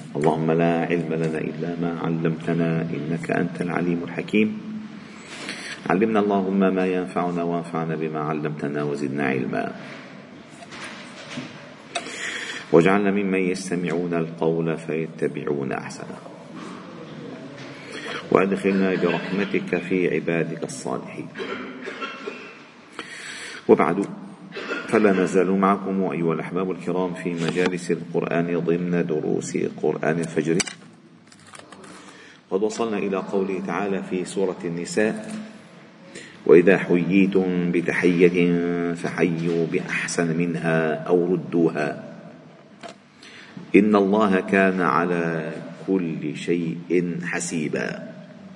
اللهم لا علم لنا إلا ما علمتنا إنك أنت العليم الحكيم. علمنا اللهم ما ينفعنا وانفعنا بما علمتنا وزدنا علما، واجعلنا ممن يستمعون القول فيتبعون أحسنه، وأدخلنا برحمتك في عبادك الصالحين. وبعد، فلا نزال معكم أيها الأحباب الكرام في مجالس القرآن ضمن دروس قرآن الفجر. قد وصلنا إلى قوله تعالى في سورة النساء: وإذا حييتم بتحية فحيوا بأحسن منها أو ردوها إن الله كان على كل شيء حسيبا.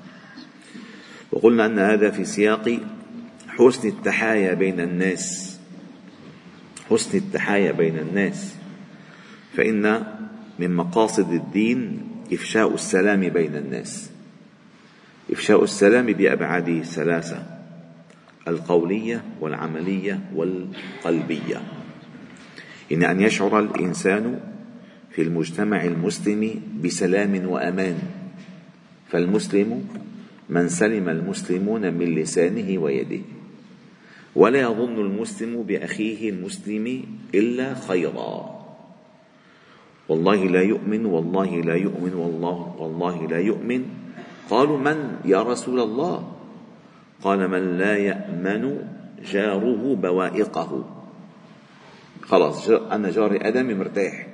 وقلنا أن هذا في سياق حسن التحايا بين الناس، حسن التحايا بين الناس، فإن من مقاصد الدين إفشاء السلام بين الناس، إفشاء السلام بأبعاده الثلاثة: القولية والعملية والقلبية. إن أن يشعر الإنسان في المجتمع المسلم بسلام وأمان، فالمسلم من سلم المسلمون من لسانه ويده، ولا يظن المسلم بأخيه المسلم إلا خيرا. والله لا يؤمن، والله لا يؤمن، والله لا يؤمن. قالوا: من يا رسول الله؟ قال: من لا يأمن جاره بوائقه. خلاص، أنا جاري آدمي مرتاح.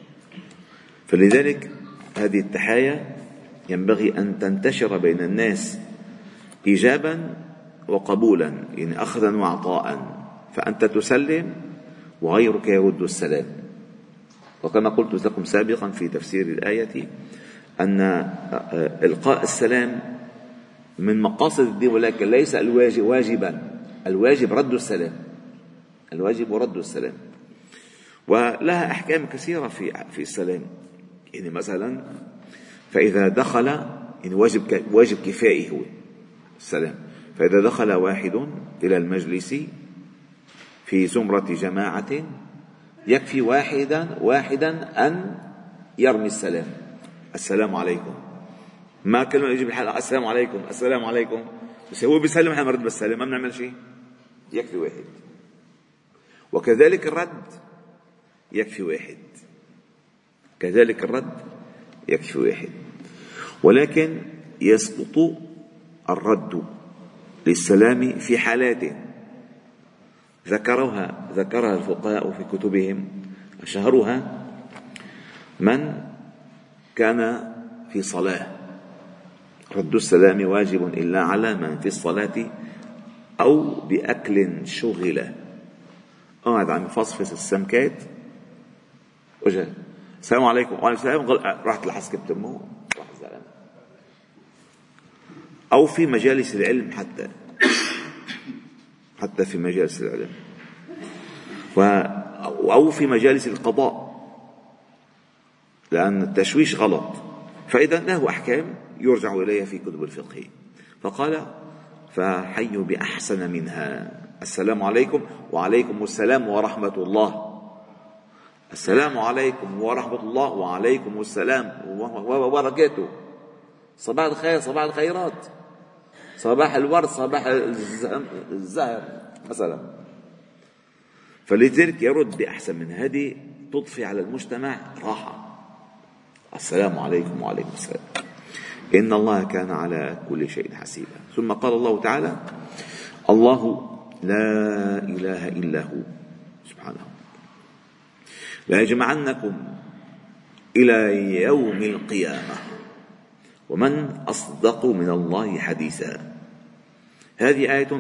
فلذلك هذه التحايا ينبغي أن تنتشر بين الناس إيجابا وقبولا، يعني أخذا وعطاء، فأنت تسلم وغيرك يرد السلام. وكما قلت لكم سابقا في تفسير الآية أن إلقاء السلام من مقاصد الدين، ولكن ليس الواجب واجبا، الواجب رد السلام، الواجب رد السلام. ولها أحكام كثيرة في السلام. يعني مثلا فإذا دخل، يعني واجب كفائي هو السلام، فإذا دخل واحد إلى المجلس في زمرة جماعة يكفي واحدا أن يرمي السلام: السلام عليكم. ما كلمة يجيب الحلقة السلام عليكم السلام عليكم، بس هو بيسلم، احنا مرد بالسلام، ما بنعمل شيء، يكفي واحد. وكذلك الرد يكفي واحد، كذلك الرد يكفي واحد. ولكن يسقط الرد للسلام في حالات ذكرها الفقهاء في كتبهم، أشهرها من كان في صلاة، رد السلام واجب إلا على من في الصلاة أو بأكل شغل، قاعد عم يفصفص السمكات وجه السلام عليكم وعليكم السلام، راحت الحسكة بتمه، راح الزلمة. أو في مجالس العلم، حتى في مجالس العلم، أو في مجالس القضاء، لأن التشويش غلط. فإذا له أحكام يرجع إليها في كتب الفقه. فقال: فحيوا بأحسن منها. السلام عليكم وعليكم السلام ورحمة الله، السلام عليكم ورحمة الله وعليكم السلام وبركاته، صباح الخير، صباح الخيرات، صباح الورد، صباح الزهر مثلا. فلذلك يرد بأحسن من هذه، تضفي على المجتمع راحة. السلام عليكم وعليكم السلام، إن الله كان على كل شيء حسيبا. ثم قال الله تعالى: الله لا إله إلا هو سبحانه لا يجمعنكم إلى يوم القيامة ومن أصدق من الله حديثا. هذه آية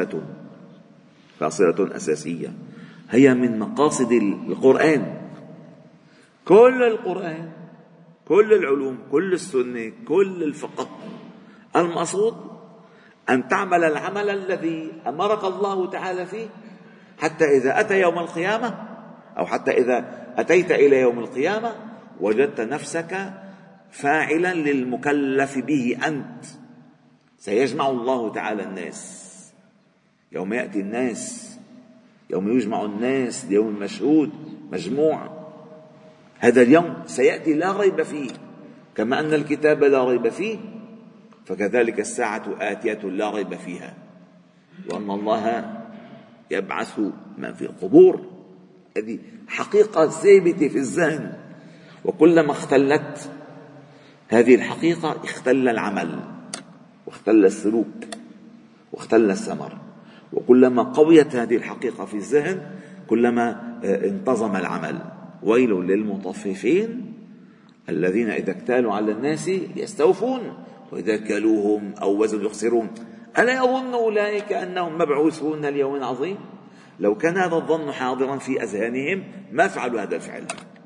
فاصلة أساسية، هي من مقاصد القرآن. كل القرآن، كل العلوم، كل السنة، كل الفقه، المقصود أن تعمل العمل الذي أمرك الله تعالى فيه، حتى إذا أتى يوم القيامة، أو حتى إذا أتيت إلى يوم القيامة وجدت نفسك فاعلا للمكلف به أنت. سيجمع الله تعالى الناس يوم يأتي الناس، يوم يجمع الناس ليوم مشهود مجموع. هذا اليوم سيأتي لا ريب فيه، كما أن الكتاب لا ريب فيه، فكذلك الساعة آتية لا ريب فيها، وأن الله يبعث من في القبور. هذه حقيقة ثابتة في الذهن، وكلما اختلت هذه الحقيقة اختل العمل واختل السلوك واختل الثمر. وكلما قويت هذه الحقيقة في الذهن كلما انتظم العمل. ويل للمطففين الذين إذا اكتالوا على الناس يستوفون وإذا كلوهم أو وزنوا يخسرون ألا يظن أولئك أنهم مبعوثون ليوم عظيم. لو كان هذا الظن حاضرا في أذهانهم ما فعلوا هذا الفعل،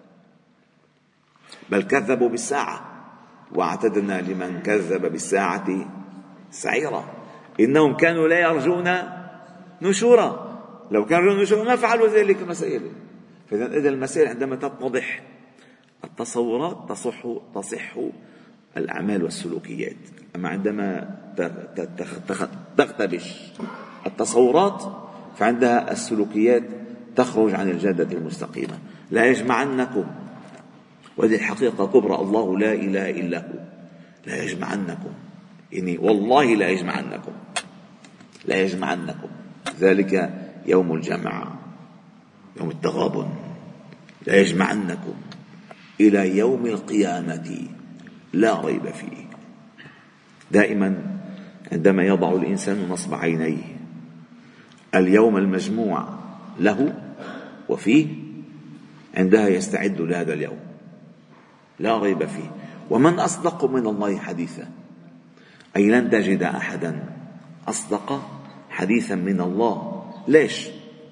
بل كذبوا بالساعة واعتدنا لمن كذب بالساعة سعيرا إنهم كانوا لا يرجون نشورا. لو كانوا يرجون نشورا ما فعلوا ذلك المسائل. فإذا المسائل عندما تتضح التصورات تصح الأعمال والسلوكيات، أما عندما تختبش التصورات فعندها السلوكيات تخرج عن الجادة المستقيمة. لا يجمعنكم، وهذه الحقيقة كبرى، الله لا إله إلا هو، لا يجمعنكم، يعني والله لا يجمعنكم، لا يجمعنكم، ذلك يوم الجمع، يوم التغابن، لا يجمعنكم إلى يوم القيامة لا ريب فيه. دائما عندما يضع الإنسان نصب عينيه اليوم المجموع له وفيه، عندها يستعد لهذا اليوم لا ريب فيه. ومن أصدق من الله حديثا، أي لن تجد أحدا أصدق حديثا من الله. ليش؟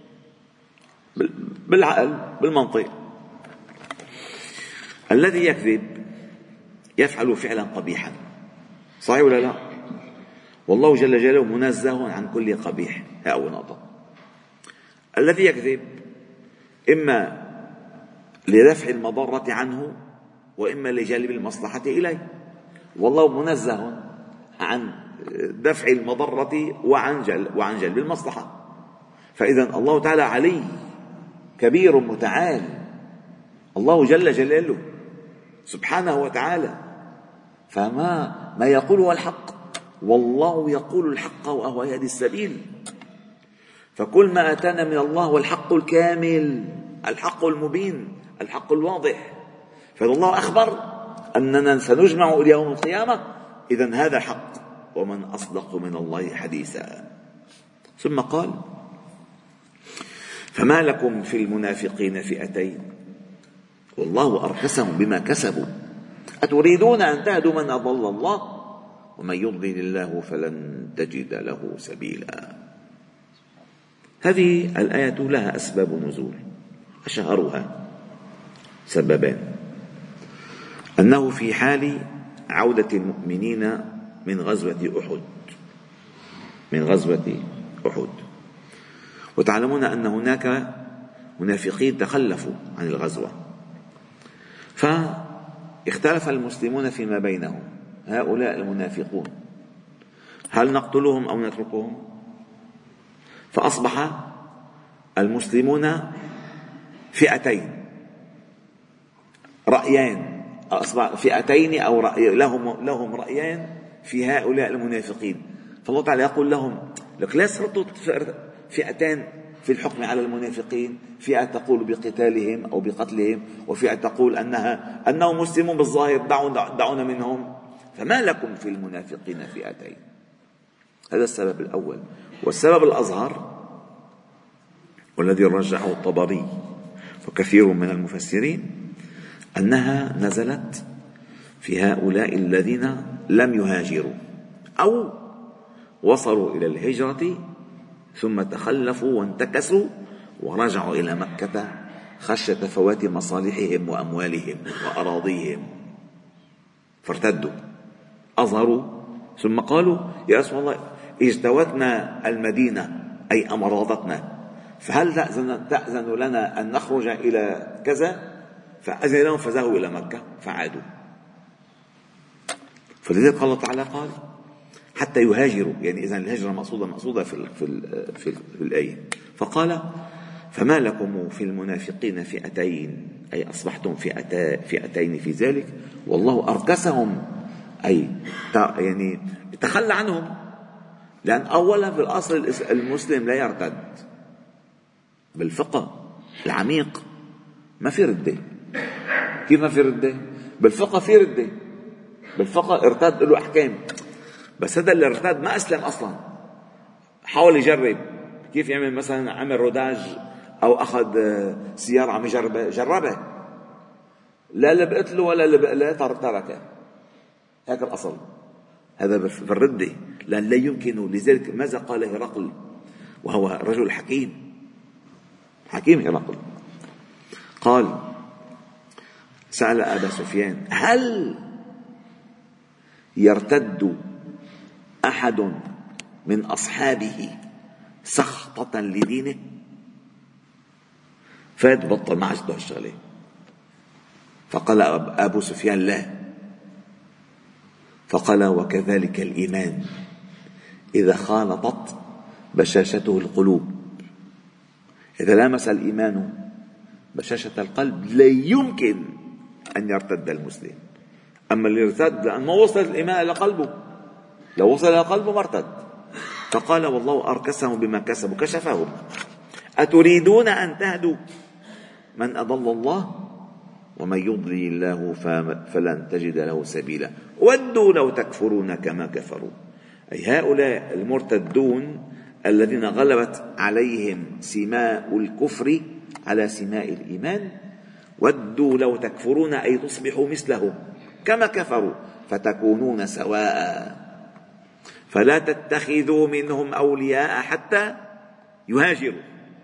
بالعقل، بالمنطق. الذي يكذب يفعل فعلا قبيحا، صحيح ولا لا؟ والله جل جلاله منزه عن كل قبيح. أول نقطة. الذي يكذب إما لدفع المضرة عنه وإما لجلب المصلحة إليه، والله منزه عن دفع المضرة وعن جلب المصلحة. فإذا الله تعالى علي كبير متعال، الله جل جلاله سبحانه وتعالى، فما يقوله الحق، والله يقول الحق وهو يهدي السبيل. فكل ما أتانا من الله هو الحق الكامل، الحق المبين، الحق الواضح. فالله أخبر أننا سنجمع إلى يوم القيامة، إذن هذا حق، ومن أصدق من الله حديثا. ثم قال: فما لكم في المنافقين فئتين والله أركسهم بما كسبوا أتريدون أن تهدوا من أضل الله ومن يضلل الله فلن تجد له سبيلا. هذه الآية لها أسباب نزول، أشهرها سببان: أنه في حال عودة المؤمنين من غزوة أحد، وتعلمون أن هناك منافقين تخلفوا عن الغزوة، فاختلف المسلمون فيما بينهم: هؤلاء المنافقون هل نقتلهم أو نتركهم؟ فأصبح المسلمون فئتين، رأيان، أصبح فئتين أو لهم رأيان في هؤلاء المنافقين. فالله تعالى يقول لهم: لك لا صرتوا فئتان في الحكم على المنافقين، فئة تقول بقتالهم أو بقتلهم، وفئة تقول أنهم مسلمون بالظاهر، دعونا منهم. فما لكم في المنافقين فئتين. هذا السبب الأول. والسبب الأظهر والذي رجحه الطبري وكثير من المفسرين أنها نزلت في هؤلاء الذين لم يهاجروا أو وصلوا إلى الهجرة ثم تخلفوا وانتكسوا ورجعوا إلى مكة خشية فوات مصالحهم وأموالهم وأراضيهم، فارتدوا، أظهروا، ثم قالوا: يا رسول الله اجتوتنا المدينة، أي أمراضتنا، فهل تأذن لنا أن نخرج إلى كذا؟ فأذن لهم فذهبوا إلى مكة فعادوا. فلذلك الله تعالى قال: حتى يهاجروا، يعني إذن الهجرة مقصودة في الآية. فقال: فما لكم في المنافقين فئتين، أي أصبحتم فئتين في ذلك، والله أركسهم، أي يعني تخلى عنهم. لأن أولا في الأصل المسلم لا يرتد، بالفقه العميق ما في ردة. كيف ما في ردة؟ بالفقه في ردة، بالفقه ارتد له أحكام، بس هذا اللي ارتد ما أسلم أصلا، حاول يجرب كيف يعمل، مثلا عمل روداج أو أخذ سيارة عم جربها، لا لبقت له ولا لا تركه. هيك الأصل، هذا في الردة، لأن لا يمكن. لذلك ماذا قال هرقل وهو رجل حكيم هرقل؟ قال، سأل أبا سفيان: هل يرتد أحد من أصحابه سخطة لدينه؟ فات بطل ما عجبه الشغلة. فقال أبو سفيان: لا. فقال: وكذلك الإيمان إذا خالطت بشاشته القلوب. إذا لامس الإيمان بشاشة القلب لا يمكن أن يرتد المسلم. أما اللي يرتد لأن ما وصل الإيمان إلى قلبه، لو وصل إلى قلبه ما ارتد. فقال: والله أركسهم بما كسبوا، كشفهم. أتريدون أن تهدوا من أضل الله؟ ومن يضلل الله فلن تجد له سبيلا. ودوا لو تكفرون كما كفروا. أي هؤلاء المرتدون الذين غلبت عليهم سماء الكفر على سماء الإيمان، ودوا لو تكفرون أي تصبحوا مثلهم كما كفروا فتكونون سواء، فلا تتخذوا منهم أولياء حتى يهاجروا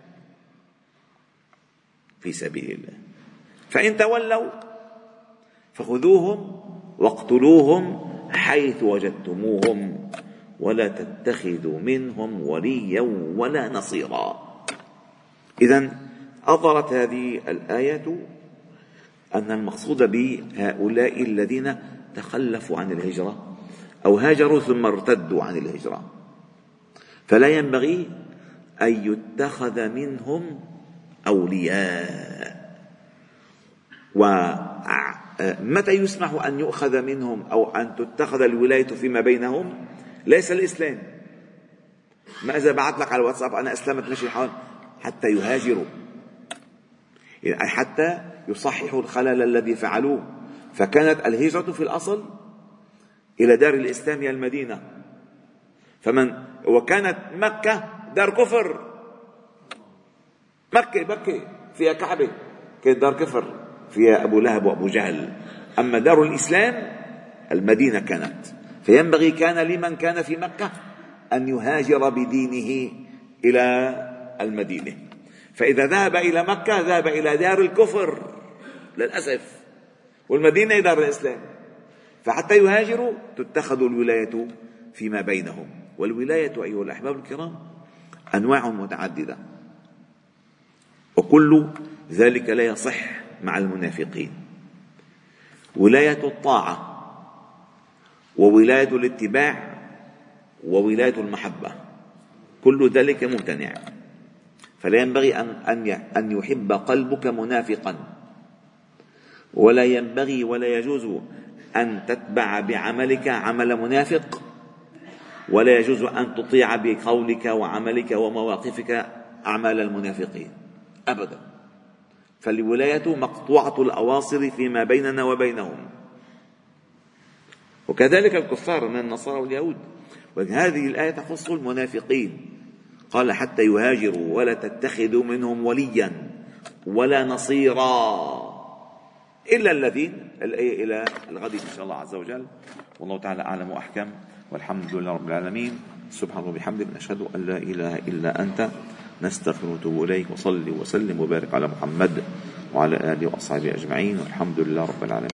في سبيل الله، فإن تولوا فخذوهم واقتلوهم حيث وجدتموهم ولا تتخذوا منهم وليا ولا نصيرا. إذن أظهرت هذه الآية أن المقصود بهؤلاء الذين تخلفوا عن الهجرة أو هاجروا ثم ارتدوا عن الهجرة، فلا ينبغي أن يتخذ منهم أولياء. ومتى يسمح أن يؤخذ منهم أو أن تتخذ الولاية فيما بينهم؟ ليس الإسلام. ما إذا بعت لك على الواتساب: أنا أسلمت، مشي الحال، حتى يهاجروا، يعني حتى يصححوا الخلل الذي فعلوه. فكانت الهجرة في الأصل إلى دار الإسلام هي المدينة، وكانت مكة دار كفر. مكة فيها كعبة، كانت دار كفر، فيها أبو لهب وأبو جهل. أما دار الإسلام المدينة كانت، فينبغي كان لمن كان في مكة أن يهاجر بدينه إلى المدينة. فإذا ذهب إلى مكة ذهب إلى دار الكفر للأسف، والمدينة دار الإسلام. فحتى يهاجروا تتخذ الولاية فيما بينهم. والولاية أيها الأحباب الكرام أنواع متعددة، وكل ذلك لا يصح مع المنافقين. ولاية الطاعة، وولاية الاتباع، وولاية المحبة، كل ذلك ممتنع. فلا ينبغي أن يحب قلبك منافقا، ولا ينبغي ولا يجوز أن تتبع بعملك عمل منافق، ولا يجوز أن تطيع بقولك وعملك ومواقفك أعمال المنافقين أبدا. فالولاية مقطوعة الأواصر فيما بيننا وبينهم، وكذلك الكفار من النصارى واليهود. وهذه الآية تخص المنافقين، قال: حتى يهاجروا ولا تتخذوا منهم وليا ولا نصيرا إلا الذين. الآية إلى الغد إن شاء الله عز وجل، والله تعالى أعلم وأحكم، والحمد لله رب العالمين. سبحانه وبحمده، نشهد أن لا إله إلا أنت، نستغفر ونتوب إليك. وصلي وسلم وبارك على محمد وعلى آله وأصحابه أجمعين، والحمد لله رب العالمين.